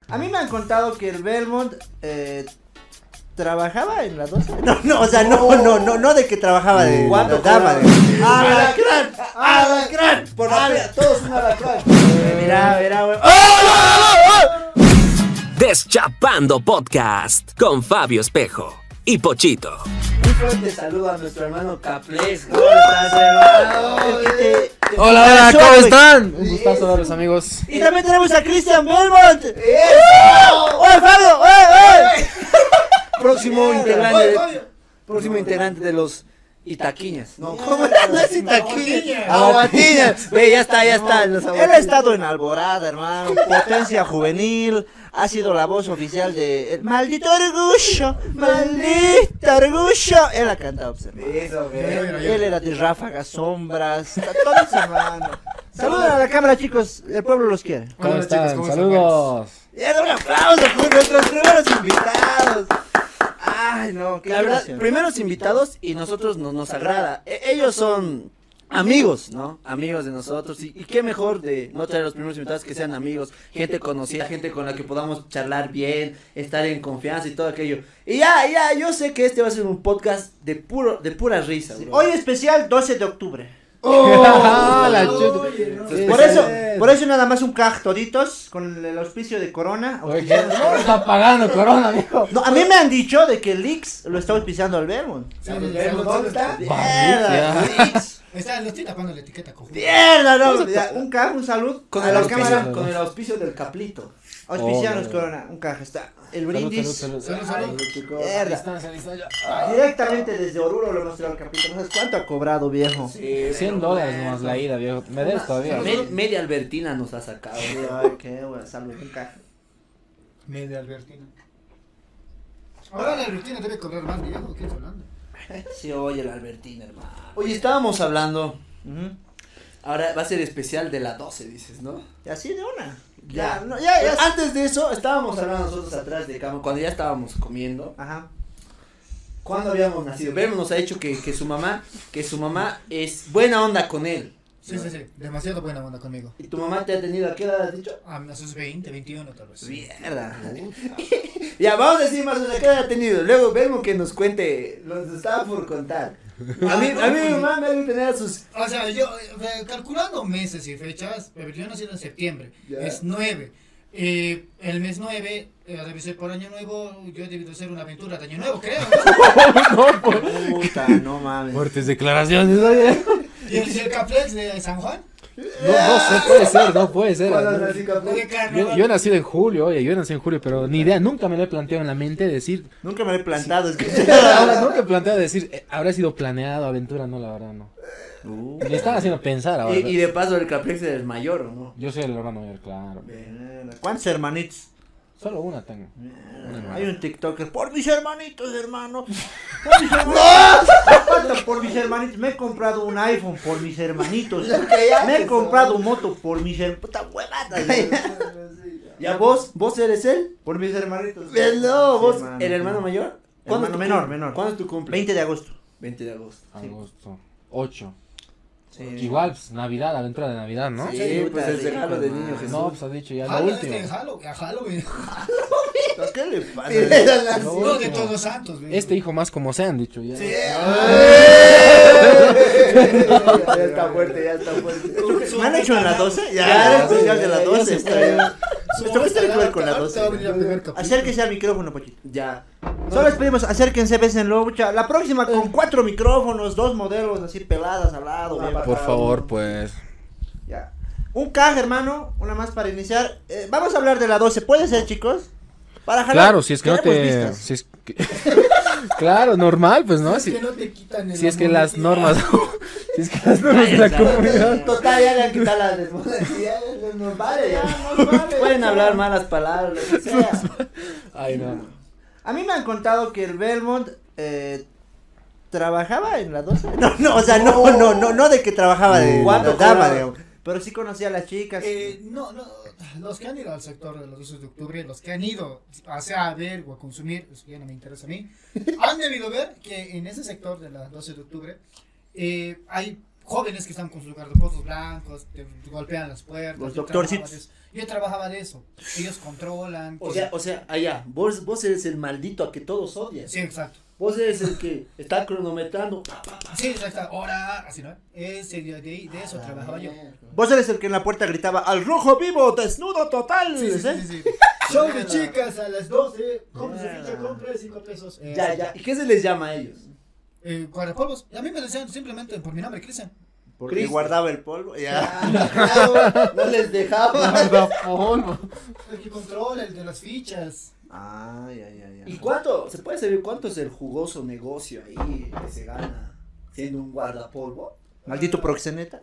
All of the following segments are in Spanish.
A mí me han contado que el Belmont trabajaba en la 12. No, o sea, no de que trabajaba de dama. ¡Alacrán! Por la todos un alacrán. Mira, güey. Deschapando Podcast con Fabio Espejo y Pochito. Un fuerte saludo a nuestro hermano Caplex. ¿Cómo estás, hermano? Hola, ¿cómo están? Un gustazo verlos, amigos. Y también tenemos a Cristian Belmont. ¡Oye, Fabio! ¡Oye! Próximo integrante de los Itaquiñas. No, ¿cómo no es Itaquiñas? Aguatiñas. Ve, ya está. Él ha estado en Alborada, hermano. Potencia juvenil. Ha sido la voz oficial de El Maldito Orgullo. Maldito Orgullo. Él ha cantado, hermano. Eso, Él era de Ráfagas, Sombras. Todos, hermano. Saluden a la cámara, chicos. El pueblo los quiere. ¿Cómo Hola, están? chicos, ¿cómo Saludos. Y un aplauso con nuestros primeros invitados. Ay, no, qué La verdad, emoción. primeros invitados y nosotros nos agrada. Ellos son amigos, ¿no? Amigos de nosotros. Y qué mejor de no traer los primeros invitados que sean amigos, gente conocida, gente con la que podamos charlar bien, estar en confianza y todo aquello. Y ya, yo sé que este va a ser un podcast de pura risa, bro. Hoy especial 12 de octubre. La chuta. Por eso nada más un caj toditos con el auspicio de Corona. Oye, ¿qué? No está pagando Corona, amigo. No, a mí me han dicho de que el Lix lo está auspiciando al Belmont. ¿Dónde está? Mierda, Lix. Le estoy tapando la etiqueta, cojudo. Mierda, no. Ya, un caj, un salud Con a el la cámara. auspicio, con el auspicio del Caplito. Auspicianos Oh, Corona, un caj está. El brindis. Salud. Salud. Mierda. Distancia. Directamente desde Oruro lo hemos traído al capítulo. No sabes cuánto ha cobrado, viejo. Sí, $100 nomás la ida, viejo. Me debes todavía. Media Albertina nos ha sacado. Ay, qué bueno, salud, un caj. Media Albertina. Ahora la Albertina debe cobrar más, viejo. ¿Qué estás hablando? Sí, oye, el Albertina, hermano. Oye, estábamos hablando. Ujú. Ahora va a ser especial de la 12, dices, ¿no? Y así de una. Ya. No, Pero antes de eso, estábamos hablando nosotros atrás de cama, cuando ya estábamos comiendo. Ajá. ¿Cuándo habíamos nacido? Vermo nos ha dicho que su mamá es buena onda con él. Sí. Demasiado buena onda conmigo. ¿Y tu mamá te ha tenido a qué edad has dicho? A sus 20, 21 tal vez. Mierda. Ya, vamos a decir más o menos a qué edad ha tenido. Luego Vermo que nos cuente, nos estaba por contar. A mí mi mamá me ha tener a sus... O sea, yo calculando meses y fechas, pero yo nací en septiembre, Ya. es 9. El mes 9 debe ser por año nuevo, yo he debido hacer una aventura de año nuevo, creo. Puta, no mames. Fuertes declaraciones, oye. ¿Y el Caplex de San Juan? No puede ser. De carnaval. Yo he nacido en julio, pero ni idea, nunca me lo he planteado en la mente decir, Nunca me lo he plantado, es que... nunca he planteado decir, habrá sido planeado, aventura, no, la verdad, no. Me están haciendo pensar ahora. Y de paso el Caplex es el mayor, ¿o no? Yo soy el hermano mayor, claro. ¿Cuántos hermanitos? Solo una tengo. Hay un TikToker. Por mis hermanitos, hermano. Por mis hermanitos. Por mis hermanitos. Me he comprado un iPhone por mis hermanitos. Me he comprado un moto por mis hermanitos. Puta huevada. ¿Ya vos eres él? Por mis hermanitos. No, vos, Sí, hermano. el hermano mayor. Hermano tu menor, cumple? menor. ¿Cuándo es tu cumple? 20 de agosto. 20 de agosto. Agosto. 8. Sí. Igual, pues, Navidad, aventura de Navidad, ¿no? Sí, Sí, pues puta, el regalo rico, de hermano. niño Jesús. No, pues has dicho ya lo Halloween, último. a Halloween. ¿Qué le pasa? No, de Todos Santos, viejo. Este hijo más como se han dicho ya. Sí. Ya está fuerte. ¿Me han hecho en la 12? Ya, Ya, el sí, especial de la ya 12. se está fue. bien. ¿Esto qué tiene que ver con la 12? Ahorita va a venir a pegar capítulo. Acérquese al micrófono, Pochito. Ya. Solo les pedimos, acérquense, bésenlo, mucha. La próxima con 4 micrófonos, 2 modelos así peladas al lado. bien Por bacán. favor, pues. Ya. Un caja, hermano, una más para iniciar. Vamos a hablar de la 12, ¿puede ser, chicos? Para jalar. Claro, si es que no queremos te. vistas. Si es que... claro, normal, pues, ¿no? Es Si, que no te quitan el si es que amor. las normas. Si es que las normas de la comunidad. Total, ya le han quitado la desmonarquía. Nos vale ya. Pueden hablar malas palabras, lo que sea. Ay, no. A mí me han contado que el Belmont trabajaba en la 12. No, o sea, no de que trabajaba de ¿Cuánto dama, cobraba? digamos. Pero sí conocía a las chicas. No, los que han ido al sector de los 12 de octubre, los que han ido a ver o a consumir, eso ya no me interesa a mí, han debido ver que en ese sector de la 12 de octubre hay jóvenes que están con sus guardapolvos blancos, te golpean las puertas. Los yo doctorcitos. trabajaba de eso. Yo trabajaba de eso. Ellos controlan. O sea, allá, vos eres el maldito a que todos odian. Sí, exacto. Vos eres el que está cronometrando. Sí, exacto. Ahora, así, ¿no? De eso trabajaba yo. Vos eres el que en la puerta gritaba, al rojo vivo, desnudo total. Sí, sí, ¿sí? sí, sí. Show de chicas a las 12. Compre su ficha, compre 5 pesos. Ya. ¿Y qué se les llama a ellos? Guardapolvos. Y a mí me decían simplemente por mi nombre, Cristian. Porque Cristo. guardaba el polvo. Ya. Claro, no les dejaba. Guardapolvo. El que controla, el de las fichas. Ah, ya. ¿Y cuánto, se puede saber cuánto es el jugoso negocio ahí que se gana siendo un guardapolvo? Maldito proxeneta.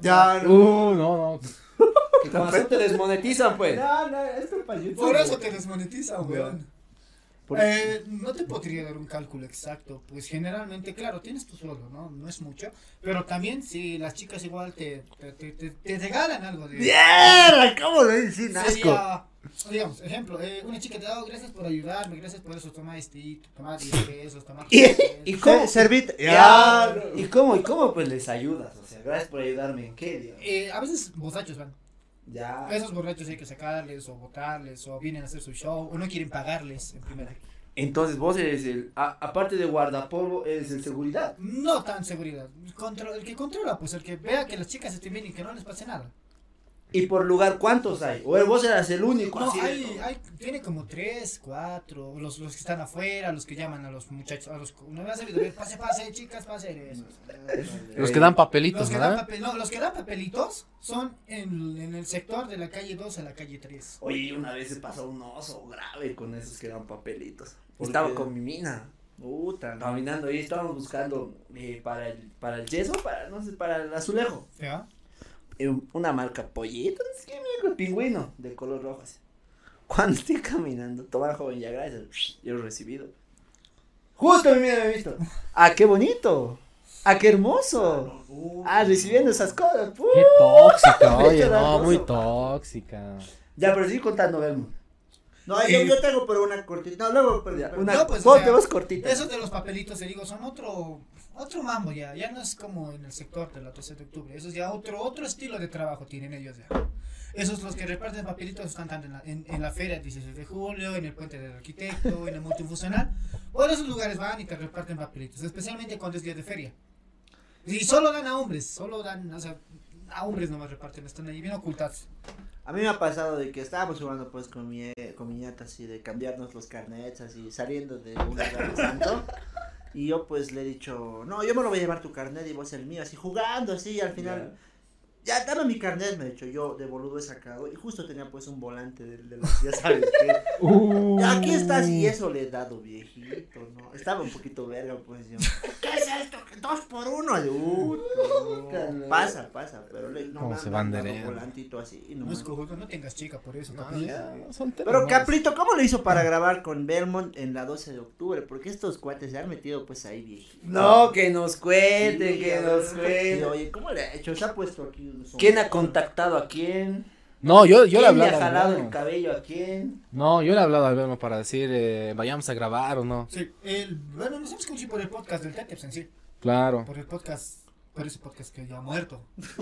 No. Que con razón te desmonetizan, pues. No, es culpa de YouTube. Por eso te desmonetizan, weón. Por- No te podría dar un cálculo exacto, pues generalmente, claro, tienes tu sueldo, ¿no? No es mucho, pero también si las chicas igual te regalan algo de... ¡Mierda! ¿Cómo lo dices? Asco. Sería, digamos, ejemplo, una chica te da, gracias por ayudarme, gracias por eso, toma toma 10 pesos, toma 15 pesos. ¿Y cómo? Servite. Ya. ¿Y cómo pues les ayudas? O sea, gracias por ayudarme en qué, digamos. A veces borrachos van. Ya. A esos borrachos hay que sacarles o botarles o vienen a hacer su show o no quieren pagarles en primera. Entonces vos eres aparte de guardapolvo, eres el seguridad. No tan seguridad. El que controla, pues el que vea que las chicas estén bien y que no les pase nada. ¿Y por lugar cuántos hay? ¿O vos eras el único? No, así de tiene como 3, 4, los que están afuera, los que llaman a los muchachos, no me has sabido ver, pase, chicas, pase, eso. Los que dan papelitos, Los que ¿verdad? los que dan papelitos son en el sector de la calle 2 a la calle 3. Oye, una vez se pasó un oso grave con esos que dan papelitos. ¿Por Estaba qué? con mi mina, Puta. caminando y estábamos buscando para el yeso, para el azulejo. ¿Ya? Una marca pollito, no sé qué, mierda, pingüino, de color rojo así. Cuando estoy caminando, toma joven ya gracias, yo he recibido. Justo mi mina me ha visto. Ah, qué bonito. Ah, qué hermoso. Ah, recibiendo esas cosas. Qué tóxica, Me oye, echa no, nervioso. muy tóxica. Ya, pero sigue contando, Belmo. No, yo tengo pero una cortita. No, luego, pero Una, No, pues, vos o sea, te vas cortita. Esos de los papelitos, te digo, son otro mambo ya no es como en el sector de la 13 de octubre, eso es ya otro estilo de trabajo tienen ellos ya. Esos los que reparten papelitos están tanto en la feria 16 de julio, en el puente del arquitecto, en el multifuncional, o en esos lugares van y te reparten papelitos, especialmente cuando es día de feria. Y solo dan a hombres, o sea, a hombres nomás reparten, están ahí bien ocultados. A mí me ha pasado de que estábamos jugando pues con mi ñata así de cambiarnos los carnets así saliendo de un lugar de santo y yo pues le he dicho, no, yo me lo voy a llevar tu carnet y vos el mío, así jugando así y al final, ya dame mi carnet, me he dicho, yo de boludo he sacado y justo tenía pues un volante de los, ya sabes que, aquí estás y eso le he dado viejito, ¿no? Estaba un poquito verga pues yo, ¿qué es esto? 2 por 1 pasa, pero no ¿Cómo me se han van dado dereando? volantito así y No no es me- cojudo, no tengas chica por eso. No, capaz. ya, soltero Pero nomás. Caplito, ¿cómo le hizo para grabar con Belmont en la 12 de octubre? Porque estos cuates se han metido pues ahí viejitos. No, que nos cuenten, Sí, que a nos ver, sí, cuenten. oye, ¿cómo le ha hecho? Se ha puesto aquí un ¿Quién ha contactado a quién? No, yo le he ¿Quién le hablado ha al jalado el Belmo. cabello a quién? No, yo le he hablado al Belmo para decir, vayamos a grabar o no. Sí, bueno, nos hemos conocido por el podcast del Teteps en sí. Claro. Por ese podcast que ya ha muerto.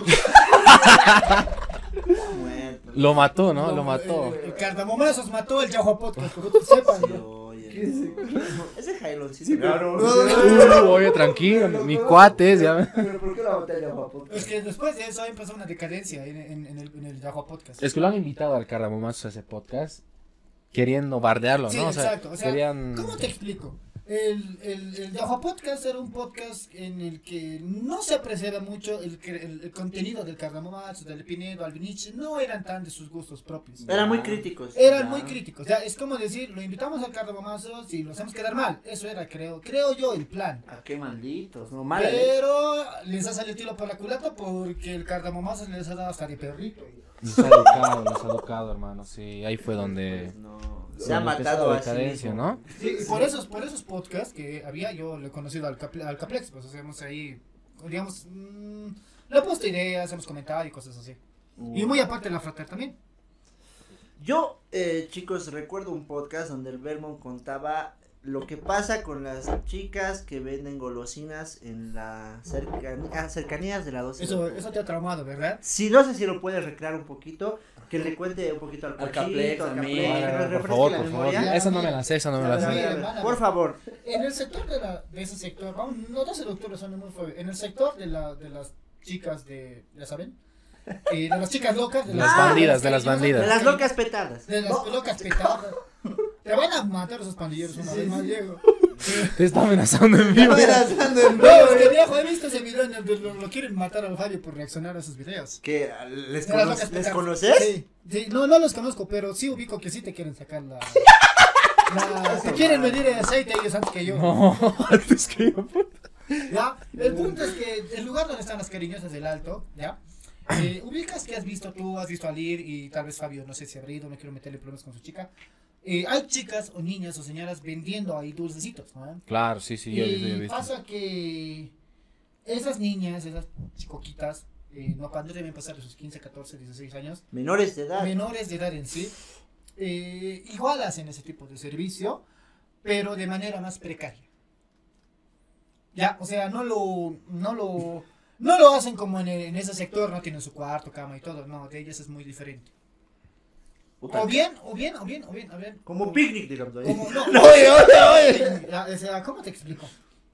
muerto. Lo mató, ¿no? Lo mató. El Cardamomazos mató el Yahoo Podcast, que ustedes sepan. Sí, ¿no? oye. Ese Jailoncito. Sí, pero- Oye, tranquilo, mi cuate es, ya. ¿Pero por qué la botella, guapo? Es que después de eso empezó una decadencia en el Yahoo Podcast. Es que lo han invitado al Cardamomazo a ese podcast, queriendo bardearlo, Sí, ¿no? exacto. O sea, querían... ¿cómo te explico? El Yahoo Podcast era un podcast en el que no se apreciaba mucho el contenido del Cardamomazo, del Pinedo, Albiniche, no eran tan de sus gustos propios. Eran muy críticos. Eran Ya. muy críticos, o sea, es como decir, lo invitamos al Cardamomazo y lo hacemos quedar mal. Eso era, creo yo, el plan. ¿A qué malditos? No, mala leche. Pero les ha salido tiro por la culata porque el Cardamomazo les ha dado hasta de perrito. Nos ha educado, hermano, sí, ahí fue donde... No, donde se ha empezó matado la a sí decadencia, mismo. ¿no? Sí, y por esos podcasts que había, yo le he conocido al Caplex, pues hacemos ahí, digamos, le he puesto ideas, hemos comentado y cosas así. Y muy aparte de la Frater también. Yo, chicos, recuerdo un podcast donde el Belmont contaba lo que pasa con las chicas que venden golosinas en las cercanías de la 12. Eso te ha traumado, ¿verdad? Sí, no sé si lo puedes recrear un poquito, que le cuente un poquito al Caplex, Pochito, a mí. que nos Por refresque favor, la por favor. memoria. Esa no me la sé, esa no me la A ver, sé. a ver, por favor. En el sector de ese sector, vamos, no 12 de octubre son muy fuertes. En el sector de las chicas de, ¿ya saben? De las chicas locas, de Las bandidas, de las bandidas. De las locas petadas. De las locas petadas. Te van a matar esos pandilleros una vez más, Diego. Te está amenazando en vivo. No, es que viejo, he visto ese video en el que lo quieren matar al Fabio por reaccionar a esos videos. ¿Qué? ¿Les De las locas petadas. conoces? Sí, sí, no los conozco, pero sí ubico que sí te quieren sacar te quieren medir el aceite ellos antes que yo. No, antes que yo. ¿Ya? El punto es que el lugar donde están las cariñosas del Alto, ¿ya? Ubicas que has visto Alir y tal vez Fabio, no sé si habrá ido, no quiero meterle problemas con su chica. Hay chicas o niñas o señoras vendiendo ahí dulcecitos, ¿no? Claro, sí, yo he Y visto. pasa que esas niñas, esas chicoquitas, no cuando deben pasar de sus 15, 14, 16 años, Menores de edad. menores de edad en sí, igual hacen ese tipo de servicio, pero de manera más precaria. Ya, o sea, no lo hacen como en ese sector, no tienen su cuarto, cama y todo, no, de ellas es muy diferente. O bien. Como picnic, digamos. ahí. Como, no, Oye. Ya, o sea, ¿cómo te explico?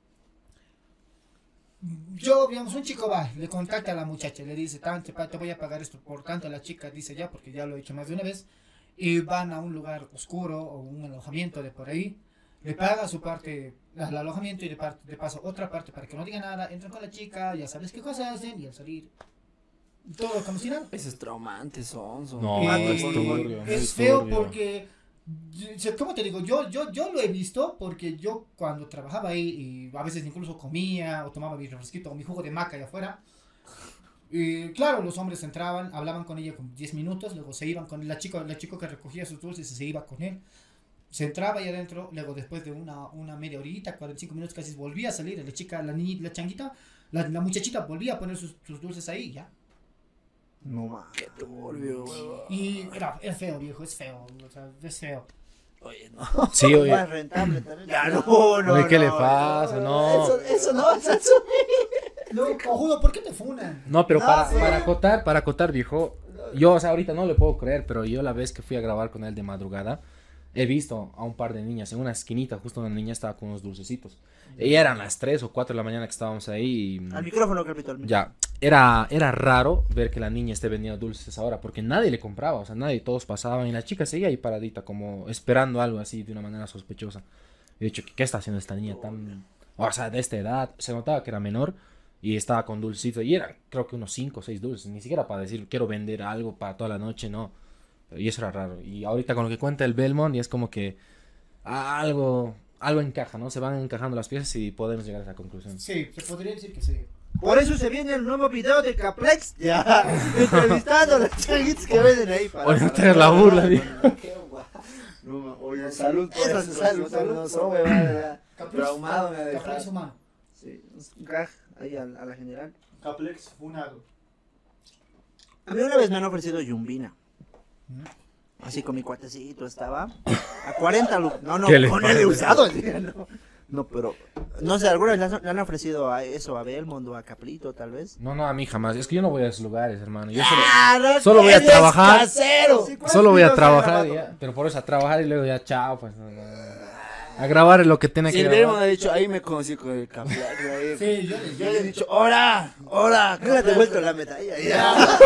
Yo, digamos, un chico va, le contacta a la muchacha, le dice, te voy a pagar esto por tanto, la chica dice ya, porque ya lo he hecho más de una vez, y van a un lugar oscuro o un alojamiento de por ahí, le paga su parte al alojamiento y de paso otra parte para que no diga nada, entran con la chica, ya sabes qué cosas hacen, y al salir, todo como si nada. Ese es traumante, son. No, Eh, es turbio. es feo porque, ¿cómo te digo? Yo lo he visto porque yo cuando trabajaba ahí y a veces incluso comía o tomaba mi refresquito o mi jugo de maca allá afuera. Claro, los hombres entraban, hablaban con ella con 10 minutos, luego se iban con la chica que recogía sus dulces y se iba con él. Se entraba ahí adentro, luego después de una media horita, 45 minutos casi volvía a salir, la chica, la changuita, la muchachita volvía a poner sus dulces ahí, ya. No más. Qué turbio, huevón. Y es feo, viejo, es feo, o sea, es feo. Oye, no. Sí, oye. Más rentable también. Ya, no. Oye, ¿qué le pasa? No. Eso no vas a asumir. No, cojudo, ¿por qué te funan? No, pero para acotar, viejo, yo, o sea, ahorita no le puedo creer, pero yo la vez que fui a grabar con él de madrugada, he visto a un par de niñas en una esquinita, justo una niña estaba con unos dulcecitos. Y eran las 3 o 4 de la mañana que estábamos ahí y... Al micrófono, Carpito. Ya, era raro ver que la niña esté vendiendo dulces ahora, porque nadie le compraba, o sea, todos pasaban y la chica seguía ahí paradita, como esperando algo así de una manera sospechosa. He dicho, ¿qué está haciendo esta niña tan... O sea, de esta edad? Se notaba que era menor y estaba con dulcitos y eran, creo que unos 5 o 6 dulces, ni siquiera para decir, quiero vender algo para toda la noche, no. Y eso era raro. Y ahorita con lo que cuenta el Belmont, y es como que algo encaja, ¿no? Se van encajando las piezas y podemos llegar a esa conclusión. Sí, se podría decir que sí. Por eso se viene el nuevo video de Caplex. Ya. Entrevistando a las changuitas que venden ahí. Oye, no te hagas la burla, tío. Oye, Salud por eso, eso, salud. No son, huevón. Traumado me ha Caplex dejado. humano. Sí, un gag ahí a la general. Caplex funado. A mí una vez me han ofrecido yumbina. Así con mi cuatecito estaba. A 40 No, ¿Qué le con pasa? él he usado. No, pero. No sé, ¿alguna vez le han ofrecido a eso, a Belmont o a Caplito, tal vez? No, a mí jamás. Es que yo no voy a esos lugares, hermano. Yo No, solo voy a él es trabajar. casero. solo voy a videos ha trabajar, y grabado? ya, pero por eso a trabajar y luego ya chao, pues. A grabar lo que tiene Si que el Belmont grabar. ha dicho, ahí me conocí con el Caplex. Sí, Yo le he dicho, ¡hora! ¿Qué le has devuelto la medalla? Ya.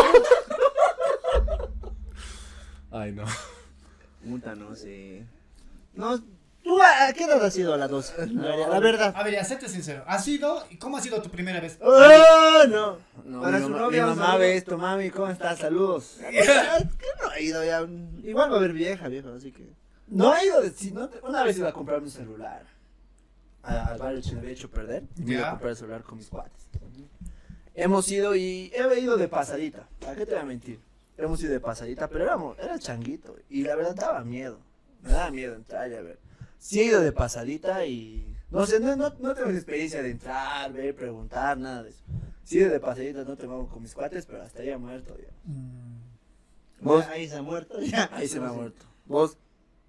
Ay, no. Puta, no sé. No, ¿tú a qué edad has ido a las 2? La verdad. A ver, ya, séte sincero. ¿Has ido? ¿Y cómo ha sido tu primera vez? ¡Oh, no! No, Para mi su mamá, novia, mi un mamá saludo. ve esto, mami, ¿cómo estás? Saludos. ¿Qué no he ido ya? Igual va a haber viejo, así que... No he ido, una vez iba a comprar un celular. Al barrio que me había hecho perder. Iba Ya. a comprar el celular con mis cuates. Hemos ido y he ido de pasadita. ¿Para qué te voy a mentir? Hemos ido de pasadita, pero era changuito. Y la verdad daba miedo. Me daba miedo entrar y a ver. Sí he ido de pasadita y... No sé, no tengo experiencia de entrar, ver, preguntar, nada de eso. Sí he ido de pasadita, no tengo con mis cuates, pero hasta ya muerto ya. ¿Vos? Ahí se ha muerto ya. Ahí se me ha muerto. ¿Vos?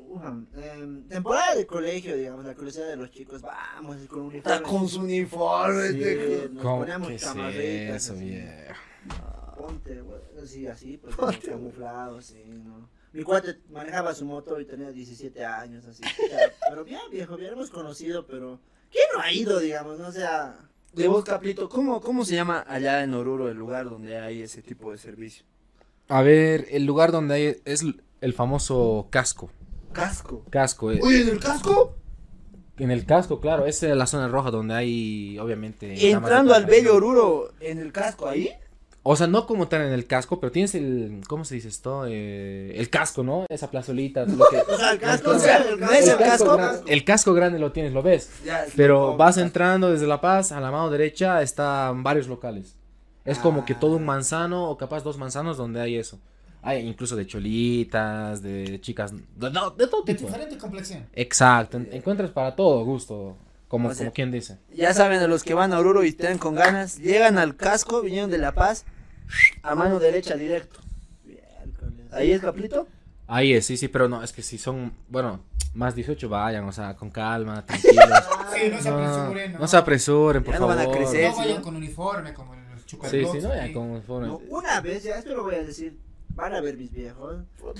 Temporada de colegio, digamos, la curiosidad de los chicos, vamos con uniforme. Está con su uniforme. Sí, nos ¿Cómo poníamos que es chamarritas, eso, así. viejo? Ponte, güey, así, pues como camuflado, sí, ¿no? Mi cuate manejaba su moto y tenía 17 años, así. O sea, pero bien, viejo, bien hemos conocido, pero ¿quién no ha ido, digamos, no? O sea, De vos, Caplito, ¿cómo se llama allá en Oruro el lugar donde hay ese tipo de servicio? A ver, el lugar donde hay es el famoso casco. Casco. Casco, Oye, ¿en el casco? en el casco, claro, esa es la zona roja donde hay, obviamente... Entrando al camas de bello Oruro, en el casco ahí. O sea, no como tal en el casco, pero tienes el, ¿cómo se dice esto? El casco, ¿no? Esa plazolita. Lo que, o sea, el casco, O sea, el ¿no es el casco? el casco grande lo tienes, lo ves. Ya, Pero no, vas entrando desde La Paz, a la mano derecha están varios locales. Es como que todo un manzano o capaz 2 manzanos donde hay eso. Hay incluso de cholitas, de chicas, de todo De tipo. diferente complexión. Exacto, encuentras para todo gusto, como, O sea, como quien dice. Ya saben, a los que van a Oruro y estén con ganas, llegan al casco, vinieron de La Paz, a mano derecha directo. ¿Ahí es, Caplito? Ahí es, sí, pero no, es que si son, bueno, más 18 vayan, o sea, con calma, tranquilos. Sí, no se apresuren, No se apresuren, por Ya no van a favor. crecer. No vayan ¿no? con uniforme como el Sí, chucarrox. sí, no, ya con uniforme. No, una vez, ya esto lo voy a decir, van a ver mis viejos.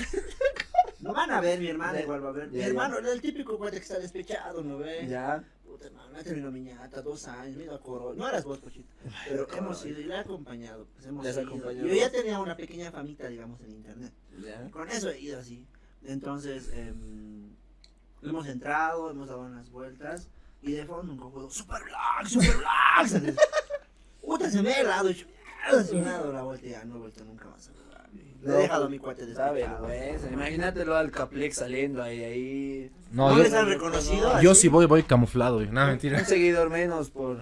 No van a ver, mi hermana igual va a ver. Mi Ya, hermano era el típico cuate que está despechado, ¿no ves? Ya. Puta, hermano, me ha terminado mi ñata, 2 años, me he ido a Coro. No eras vos, Pochito. Pero hemos ido y la he acompañado. Pues hemos Le has ido. acompañado. Yo ya tenía una pequeña famita, digamos, en internet. Ya. Con eso he ido así. Entonces, hemos entrado, hemos dado unas vueltas. Y de fondo un cojudo, super black, super black. Puta, se me ha helado. Y yo, mierda, se me ha dado la vuelta y ya no he vuelto nunca más a jugar. Le he dejado a mi cuate Está despechado. vergüenza. Imagínatelo al Caplex saliendo ahí. No, ¿No yo, les han reconocido? yo así? sí voy camuflado, no, Un mentira. seguidor menos por...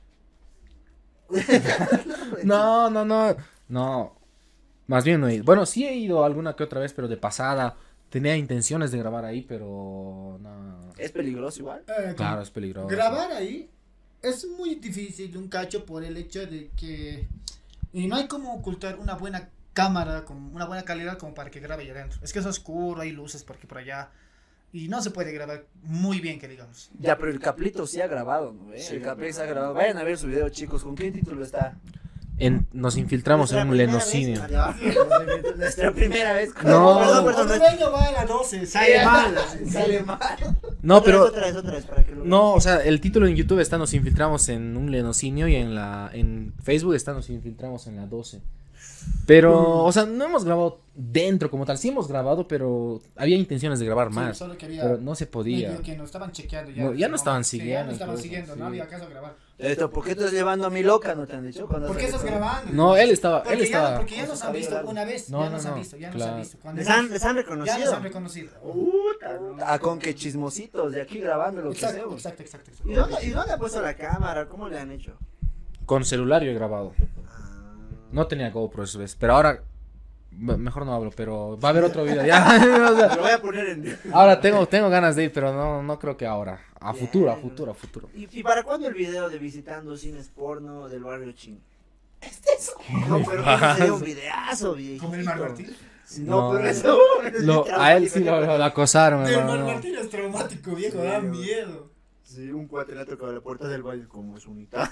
No. Más bien no he ido. Bueno, sí he ido alguna que otra vez, pero de pasada. Tenía intenciones de grabar ahí, pero no. Es peligroso igual. Claro, es peligroso. Grabar ahí es muy difícil un cacho por el hecho de que y no hay como ocultar una buena cámara con una buena calidad como para que grabe allá adentro. Es que es oscuro, hay luces por aquí por allá y no se puede grabar muy bien, que digamos. Ya, pero el Caplito sí ha grabado, ¿no? El Caplex ha grabado. Vayan a ver su video, chicos. ¿Con qué título está? Nos infiltramos en un lenocinio. Nuestra primera vez. No. Perdón, El dueño va a la 12, sale mal. Sale mal. No, pero. Otra vez, para que lo No, o sea, el título en YouTube está Nos infiltramos en un lenocinio y en Facebook está Nos infiltramos en la 12. Pero, o sea, no hemos grabado dentro como tal. Sí hemos grabado, pero había intenciones de grabar más. Solo quería Pero no se podía. medio que nos estaban chequeando ya. No, ya nos estaban Sí, siguiendo ya nos estaban incluso, siguiendo, sí. no había caso grabar. Esto, ¿por qué estás llevando a mi loca? ¿No te han dicho? Cuando ¿Por qué estás grabando? No, él estaba. Porque ya con nos su han visto cabello una vez, No, ya nos no, han no, visto, ya nos claro. han visto. Cuando ¿Les han ya reconocido? nos han reconocido. Ah, con que chismositos de aquí grabando lo que Exacto, hacemos. exacto. ¿Y dónde ha puesto la cámara? ¿Cómo le han hecho? Con celular yo he grabado. No tenía GoPro esa vez, pero ahora. Mejor no hablo, pero va a haber otro video. Ya. O sea, Lo voy a poner en... ahora tengo ganas de ir, pero no creo que ahora. A Bien. futuro. ¿Y para cuándo el video de visitando cines porno del barrio chino? No, pero eso sería un videazo, viejito. ¿Como el Mar Martín? No, No. pero eso... A él sí lo acosaron, El Mar hermano. Martín es traumático, viejo, da miedo. Sí, un cuate le ha tocado la puerta del baño como es unita.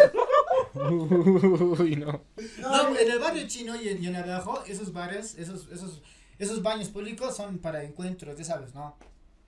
Uy, no. No, en el barrio chino y en abajo, esos bares, esos baños públicos son para encuentros, ya sabes, ¿no?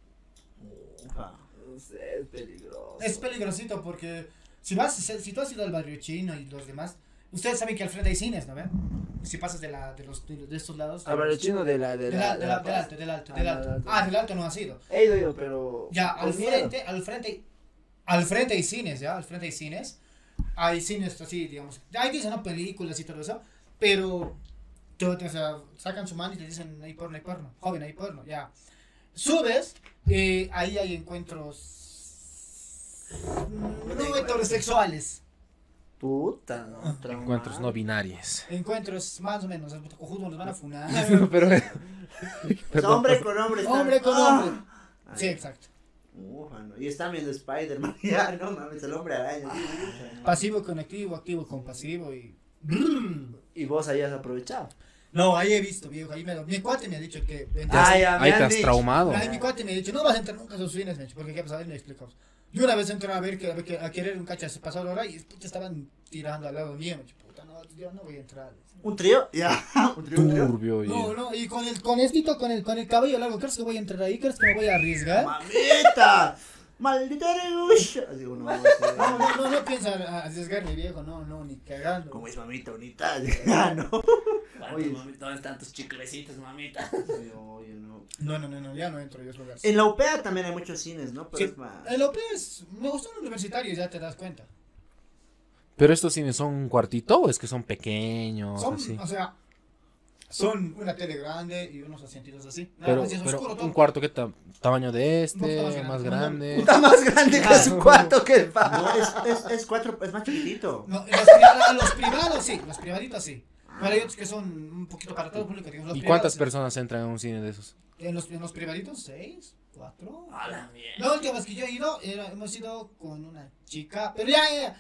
No sé, es peligroso. Es peligrosito porque si tú has ido al barrio chino y los demás, ustedes saben que al frente hay cines, ¿no ven? Si pasas de estos lados. A ver, el chino del Del alto. Ah, del alto no ha sido. He ido, pero... Ya, con miedo. al frente hay cines, ¿ya? Al frente hay cines. Hay cines así, digamos. Ahí dicen, ¿no? Películas y todo eso. Pero, o sea, sacan su mano y te dicen, hay porno. Joven, hay porno, ya. Subes, ahí hay encuentros... No heterosexuales. Puta, no. Encuentros no binarios. Encuentros más o menos. Los cojudos los van a funar. pero, Hombre con hombre. están- Hombre con ¡Ah! hombre. Sí, exacto. Mano. Y están viendo Spider-Man. Ya, no mames, el hombre araña. Pasivo con activo, activo con pasivo y... Y vos ahí has aprovechado. No, ahí he visto, viejo. Mi cuate me ha dicho que. Ya, Ahí me te han has dicho. traumado. Mi cuate me ha dicho, no vas a entrar nunca a esos cines, me ha dicho, porque qué pasa, me explicamos. Yo una vez entré a ver a querer un cacha, se pasó la hora y puta, estaban tirando al lado mío, me he dicho, puta, no, yo no voy a entrar. ¿Un trío? Ya, un trío. Turbio, oye. No, y con el cabello largo, ¿crees que voy a entrar ahí? ¿Crees que me voy a arriesgar? ¡Mamita! ¡Maldita regucha! Digo, No piensa arriesgarme, viejo, no, ni cagando. ¿Cómo es mamita bonita? Ya, no. Oye, mamita, ¿dónde están tus chiclecitos, mamita? Oye, no. No, ya no entro yo a esos lugares. En la UPEA también hay muchos cines, ¿no? Pero Sí, es más... el OP me gustó el universitario, ya te das cuenta. Pero estos cines son un cuartito o es que son pequeños, así. O sea, son una tele grande y unos asientitos así. Nada Pero, más, y es pero oscuro un todo. cuarto que tamaño de Un poquito este, más más grande. grande. Puta más grande que su cuarto que el pa. No, es más chiquitito. No, los privados sí, los privaditos sí. Pero hay otros que son un poquito para todo el público. Digamos, los ¿Y cuántas privados, personas entran en un cine de esos? En los privaditos, 6, 4. A la mierda. La última vez que yo he ido, hemos ido con una chica, pero ya.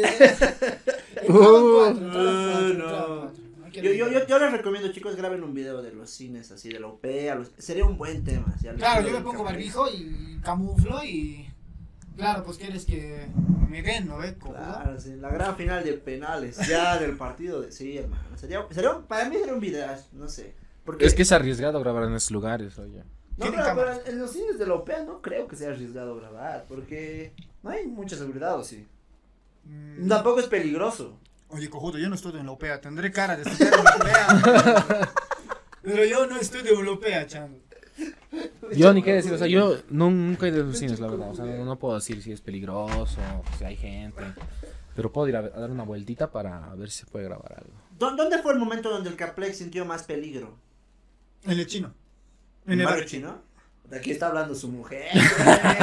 No. Yo les recomiendo, chicos, graben un video de los cines así, de la UPEA. Sería un buen tema. ¿Sí? Claro, yo me pongo barbijo y camuflo y. Claro, pues quieres que me den, ¿no? Claro, sí, la gran final de penales, ya del partido de... Sí, hermano, para mí sería un video, no sé. Porque... Es que es arriesgado grabar en esos lugares, oye. No, pero en los cines de la UPEA no creo que sea arriesgado grabar, porque no hay mucha seguridad, ¿o sí? Tampoco es peligroso. Oye, cojudo, yo no estudio en la UPEA, tendré cara de estudiar en la UPEA. Pero yo no estudio en la UPEA, chango. Yo ni qué decir, o sea, yo nunca he ido a esos cines, la verdad. O sea, no puedo decir si es peligroso, si hay gente. Pero puedo ir a dar una vueltita para ver si se puede grabar algo. ¿Dónde fue el momento donde el Caplex sintió más peligro? En el chino. ¿En el barrio chino? De aquí está hablando su mujer. Es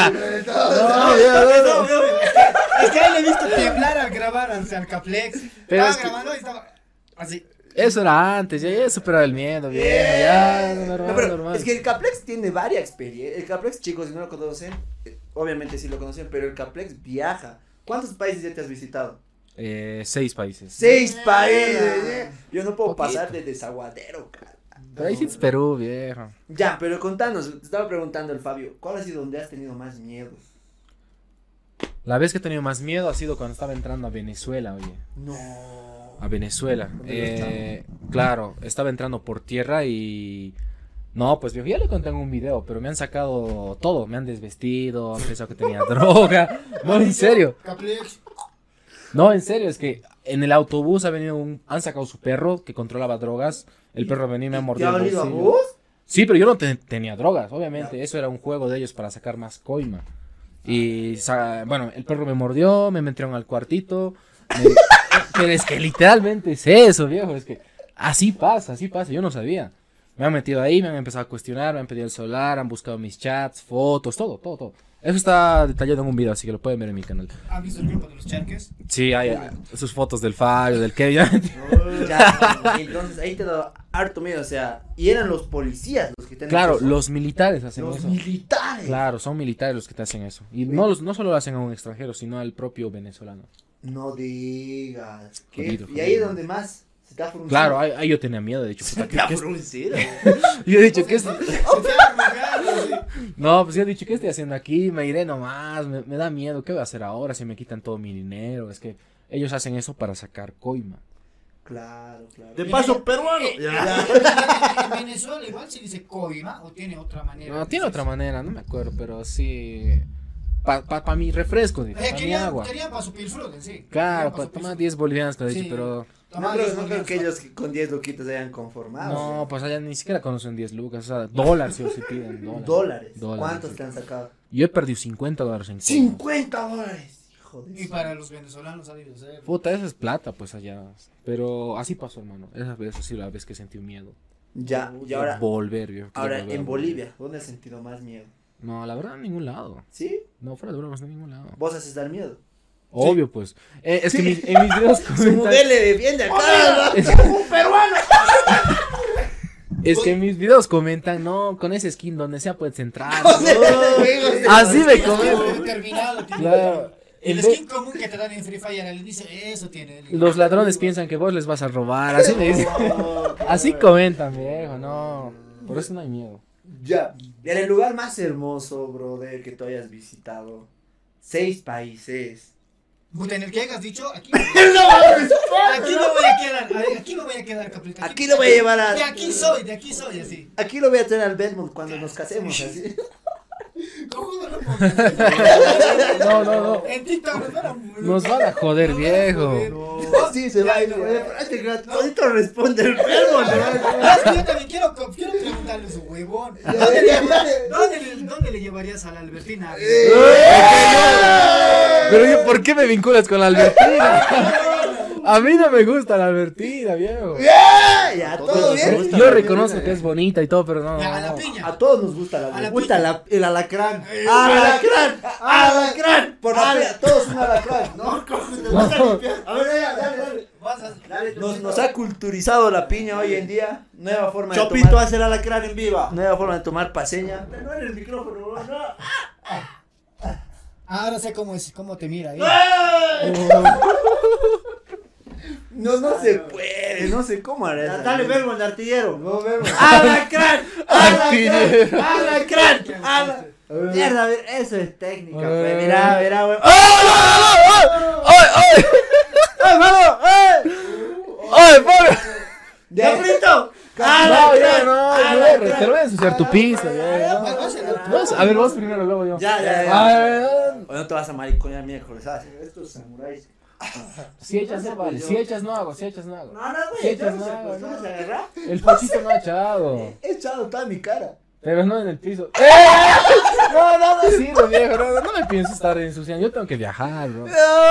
que ahí le he visto temblar al grabar al Caplex. Pero Estaba es que- grabando y estaba así. Eso era antes, ya he superado el miedo, viejo, ya, normal, No, pero normal. es que el Caplex tiene varias experiencias. El Caplex, chicos, si no lo conocen, obviamente sí lo conocen, pero el Caplex viaja. ¿Cuántos países ya te has visitado? 6 países. 6 países. Yo no puedo Poquito. pasar de desaguadero, cara. Pero ahí sí es Perú, viejo. Ya, pero contanos, te estaba preguntando el Fabio, ¿cuál ha sido donde has tenido más miedo? La vez que he tenido más miedo ha sido cuando estaba entrando a Venezuela, oye. No. A Venezuela. ¿Dónde Claro, estaba entrando por tierra y... No, pues viejo, ya le conté en un video, pero me han sacado todo, me han desvestido, han pensado que tenía droga. No, en serio. Caplex. No, en serio, es que en el autobús han sacado su perro que controlaba drogas. El perro ha venido y me ha ¿Te mordido ha el venido a bolsillo. vos? Sí, pero yo no tenía drogas, obviamente. Eso era un juego de ellos para sacar más coima. Y bueno, el perro me mordió, me metieron al cuartito. Pero es que literalmente es eso, viejo. Es que así pasa, yo no sabía. Me han metido ahí, me han empezado a cuestionar, me han pedido el celular, han buscado mis chats, fotos, todo. Eso está detallado en un video, así que lo pueden ver en mi canal. ¿Han visto el grupo de los charques? Sí, hay sus fotos del Fabio, del Kevin. Ya, entonces ahí te da harto miedo, o sea, y eran los policías los que te han Claro, hecho eso. los militares hacen Los eso. militares. Claro, son militares los que te hacen eso. Y no solo lo hacen a un extranjero, sino al propio venezolano. No digas. ¿Qué? Jodido, Y ahí es jodido. donde más se te ha fruncido. Claro, ahí yo tenía miedo, de hecho. Se puta, te ha ¿qué fruncido. yo he dicho, ¿qué estoy... Se te ha arrugado, sí. No, pues yo he dicho, ¿qué estoy haciendo aquí? Me iré nomás, me da miedo. ¿Qué voy a hacer ahora si me quitan todo mi dinero? Es que ellos hacen eso para sacar coima. Claro, claro. De paso peruano. En Venezuela igual se dice coima o tiene otra manera. No, tiene otra manera, no me acuerdo, pero sí... Para mi refresco, para mi agua. Querían para su pilfrut en sí. Claro, para tomar 10 bolivianos, que he dicho, Sí. pero... No creo que ellos con 10 luquitos se hayan conformado. No, pues allá ni siquiera conocen 10 lucas, o sea, dólares si piden, Dólares. Dólares, ¿Cuántos sí. te han sacado? Yo he perdido $50 en $50. Hijo de Y su- para los venezolanos ha debido ser. Puta, eso es plata, pues allá. Pero así pasó, hermano. Esa vez ha sido la vez que sentí miedo. Ya, y ahora, Volver, yo. ahora en Bolivia, ¿dónde has sentido más miedo? No, la verdad, en ningún lado. ¿Sí? No, fuera de bromas, en ningún lado. ¿Vos haces dar miedo? Obvio, pues. Es que en mis videos Su comentan... mujer le defiende a cada un peruano. Es que en mis videos comentan, no, con ese skin donde sea puedes entrar. Hijos de Así me los- comentan. Determinado, tío. Claro. El skin común que te dan en Free Fire, él dice, eso tiene. Los ladrones piensan que vos les vas a robar, así me dicen. Así comentan, viejo, no. Por eso no hay miedo. Ya. En el lugar más hermoso, brother, que tú hayas visitado. 6 países. Puta, en el que hayas dicho, aquí me voy a quedar, Caprito. Aquí lo voy a llevar a... De aquí soy, así. Aquí lo voy a traer al Belmont cuando nos casemos, así. Cojudo, no. No. En TikTok Nos van a joder, viejo. Sí, se va a ir. Todito responde el Belmont. Es que yo también quiero preguntarle a su huevón. ¿Dónde le llevarías a la Albertina? Pero yo, ¿por qué me vinculas con la Albertina? A mí no me gusta la Albertina, viejo. Ya, todo bien. Yo reconozco que es bonita y todo, pero no. A la piña. A todos nos gusta la A la gusta El alacrán. alacrán. Por la todos un alacrán. No, A ver, dale. dale. Nos ha culturizado la piña hoy en día. Nueva forma de Chopito tomar. hace el alacrán en viva. Nueva forma de tomar paseña. No en el micrófono, no. Ahora sé cómo te mira. No se puede, no sé cómo hará eso. Dale, verbo en artillero. No vemos. ¡Alacrán! Artillero. ¡Alacrán! Mierda, a ver, eso es técnica, pues. Mira, güey. ¡Ay! ¡Ay, pobre! ¡Caprito! No, te lo voy a ensuciar tu piso, viejo. A ver, vos primero, luego yo. Ya. O no te vas a mariconear miércoles, ¿sabes? Estos samuráis. Si echas, vale. Si echas, no hago. No, Si güey. echas, no ¿Tú hago. no se agarra? El Pachito no ha echado. He echado toda mi cara. Pero no en el piso. No sirve, viejo. No me pienso estar ensuciando. Yo tengo que viajar, bro.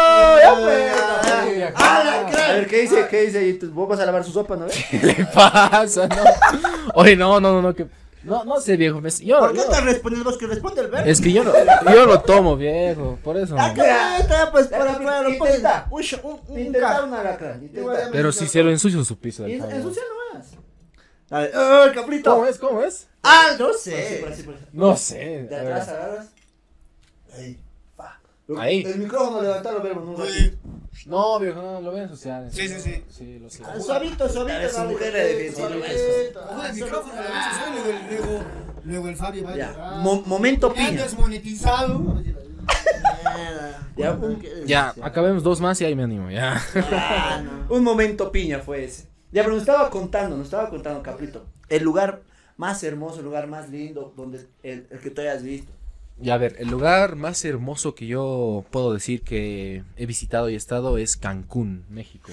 A ver, ¿qué dice? ¿Y vos vas a lavar su sopa, no ves? ¿Qué le pasa? No. Oye, no, que... No sé, viejo. ¿Por qué estás respondiendo vos que responde el verbo? Es que yo lo tomo, viejo. Por eso. Pues por afuera lo pones. Intenta. Un Intenta un alacrán. Intenta. Pero si se lo ensucio su piso del favor. Ensucia nomás. Dale. ¡Oh, Caprito! ¿Cómo es? No sé. No sé. De A ver. atrás agarras. Ahí. Ahí. El micrófono levantarlo, verbo, no un ratito. No, viejo, no, lo voy a ensuciar. Sí. Sí, lo sé. Suavito. Es su mujer de defensa. El micrófono luego el Fabio va Ya. a Momento piña. desmonetizado. Ya, acabemos 2 más y ahí me animo, ya. Un momento piña fue ese. Ya, pero nos estaba contando, Caprito. El lugar más hermoso, el lugar más lindo, donde el que tú hayas visto. Ya, a ver, el lugar más hermoso que yo puedo decir que he visitado y he estado es Cancún, México.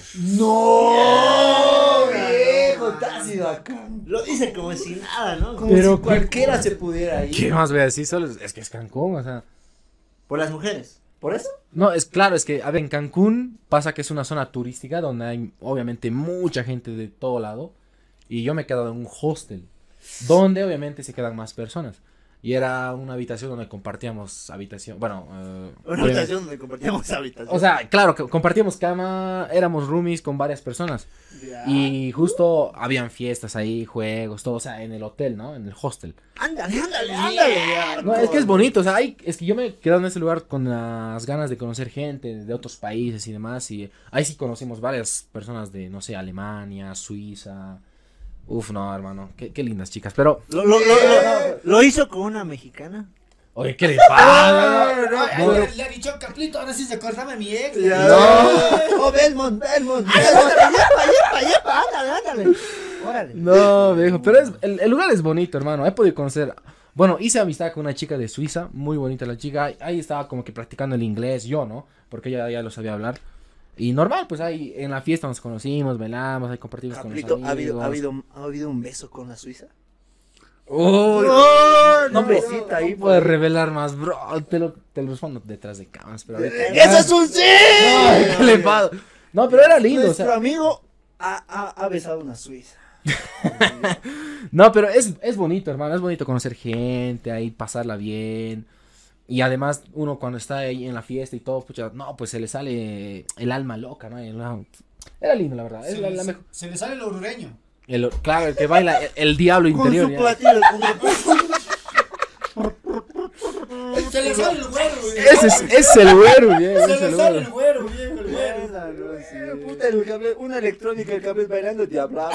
¡No! Viejo, te has ido acá. Lo dice como si nada, ¿no? Como Pero si cualquiera se pudiera ir. ¿Qué más voy a decir? Solo es que es Cancún, o sea. Por las mujeres. ¿Por eso? No, es claro, es que, a ver, en Cancún pasa que es una zona turística donde hay, obviamente, mucha gente de todo lado. Y yo me he quedado en un hostel, donde obviamente se quedan más personas. Y era una habitación donde compartíamos habitación, bueno... Una habitación donde compartíamos habitación. O sea, claro, que compartíamos cama, éramos roomies con varias personas. Ya. Y justo habían fiestas ahí, juegos, todo, o sea, en el hotel, ¿no? En el hostel. Ándale. No, es que es bonito, o sea, es que yo me he quedado en ese lugar con las ganas de conocer gente de otros países y demás. Y ahí sí conocimos varias personas de, no sé, Alemania, Suiza... Uf, no, hermano, qué lindas chicas, pero... Lo hizo con una mexicana. Oye, ¿qué le pasa? Le ha dicho Caprito, ahora sí se acordaba de mi ex. Oh, Belmont. Yepa, ándale. Órale. No, viejo, pero el lugar es bonito, hermano, he podido conocer... Bueno, hice amistad con una chica de Suiza, muy bonita la chica, ahí estaba como que practicando el inglés, yo, ¿no? Porque ella ya lo sabía hablar. Y normal, pues ahí en la fiesta nos conocimos, bailamos, ahí compartimos Caprito, con los amigos. ¿ha habido un beso con la Suiza? ¡Oh! Nombrecita ahí. No puedes revelar más, bro. Te lo respondo detrás de cámaras, pero ahorita... ¡Eso es un sí! No, ¿qué le pasa? No, pero era lindo, o Nuestro sea... amigo ha besado una Suiza. No, pero es bonito, hermano, es bonito conocer gente, ahí pasarla bien. Y además, uno cuando está ahí en la fiesta y todo, pucha, no, pues se le sale el alma loca, ¿no? Era lindo, la verdad. Es la mejor. Se le sale lo orureño. Claro, el que baila el diablo Con interior. su ya. platillo. Se le sale el güero, güey. Ese es el güero, viejo. Se le sale el güero, viejo, el güero. Puta, el cable, una electrónica, el cable bailando diablado.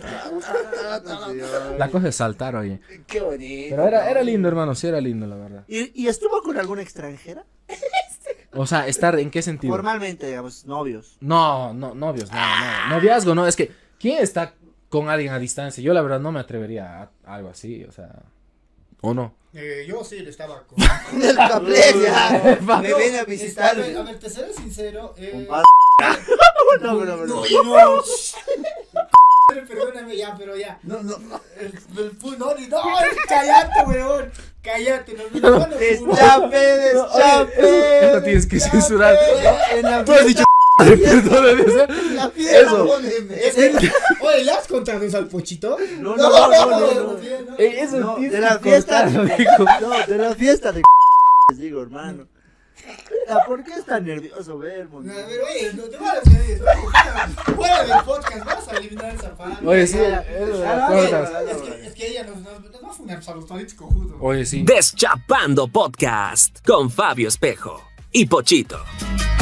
La cosa es saltar, oye. Qué bonito. Pero era lindo, hermano, sí era lindo, la verdad. ¿Y estuvo con alguna extranjera? O sea, estar, ¿en qué sentido? Formalmente, digamos, novios. No, novios, no. Noviazgo, no, es que, ¿quién está con alguien a distancia? Yo la verdad no me atrevería a algo así, o sea, ¿o no? Yo sí le estaba con... El cable, ya. Me viene a visitar. A ver, te seré sincero. No. Perdóname ya, pero ya. No. Cállate, weón. Cállate, no. Deschape. Eso tienes que censurar. Tú has dicho perdóname, o sea, La piedra, eso. Oye, ¿le has contado eso al pochito? No. Eso No, tienes de la que fiesta. cortarlo, viejo. No, de la fiesta de les digo, hermano. ¿Por qué es tan nervioso, Vermont? A ver, oye, no te vas a decir eso. Fuera del podcast, vas a eliminar esa parte. Oye, sí, cortas. Es que ella nos va a funar a los toditos cojudos. Oye, sí. Deschapando Podcast con Fabio Espejo y Pochito.